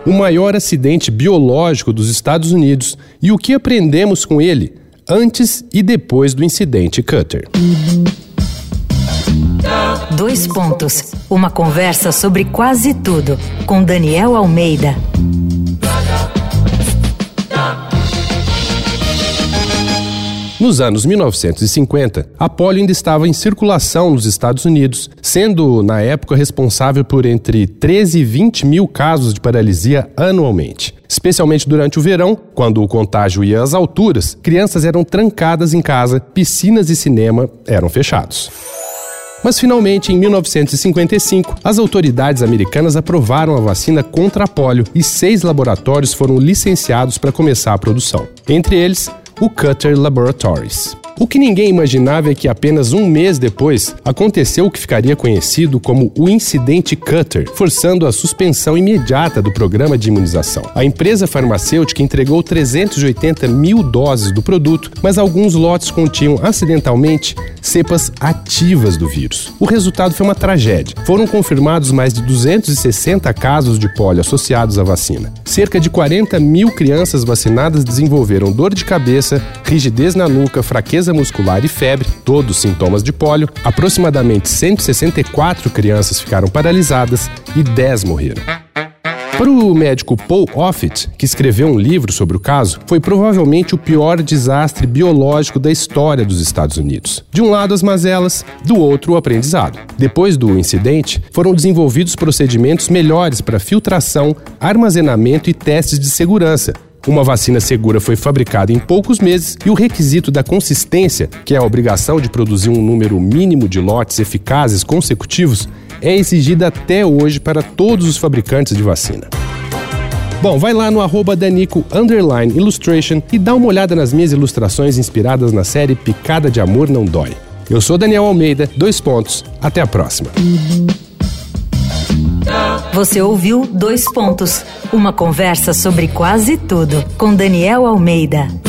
o maior acidente biológico dos Estados Unidos e o que aprendemos com ele antes e depois do incidente Cutter. 2 pontos. Uma conversa sobre quase tudo com Daniel Almeida. Nos anos 1950, a polio ainda estava em circulação nos Estados Unidos, sendo, na época, responsável por entre 13 e 20 mil casos de paralisia anualmente. Especialmente durante o verão, quando o contágio ia às alturas, crianças eram trancadas em casa, piscinas e cinema eram fechados. Mas, finalmente, em 1955, as autoridades americanas aprovaram a vacina contra a polio e 6 laboratórios foram licenciados para começar a produção. Entre eles, o Cutter Laboratories. O que ninguém imaginava é que apenas um mês depois aconteceu o que ficaria conhecido como o incidente Cutter, forçando a suspensão imediata do programa de imunização. A empresa farmacêutica entregou 380 mil doses do produto, mas alguns lotes continham acidentalmente cepas ativas do vírus. O resultado foi uma tragédia. Foram confirmados mais de 260 casos de polio associados à vacina. Cerca de 40 mil crianças vacinadas desenvolveram dor de cabeça, rigidez na nuca, fraqueza muscular e febre, todos sintomas de polio. Aproximadamente 164 crianças ficaram paralisadas e 10 morreram. Para o médico Paul Offit, que escreveu um livro sobre o caso, foi provavelmente o pior desastre biológico da história dos Estados Unidos. De um lado as mazelas, do outro o aprendizado. Depois do incidente, foram desenvolvidos procedimentos melhores para filtração, armazenamento e testes de segurança. Uma vacina segura foi fabricada em poucos meses e o requisito da consistência, que é a obrigação de produzir um número mínimo de lotes eficazes consecutivos, é exigida até hoje para todos os fabricantes de vacina. Bom, vai lá no @Danico_Illustration e dá uma olhada nas minhas ilustrações inspiradas na série Picada de Amor Não Dói. Eu sou Daniel Almeida, 2 pontos, até a próxima. Você ouviu 2 pontos, uma conversa sobre quase tudo com Daniel Almeida.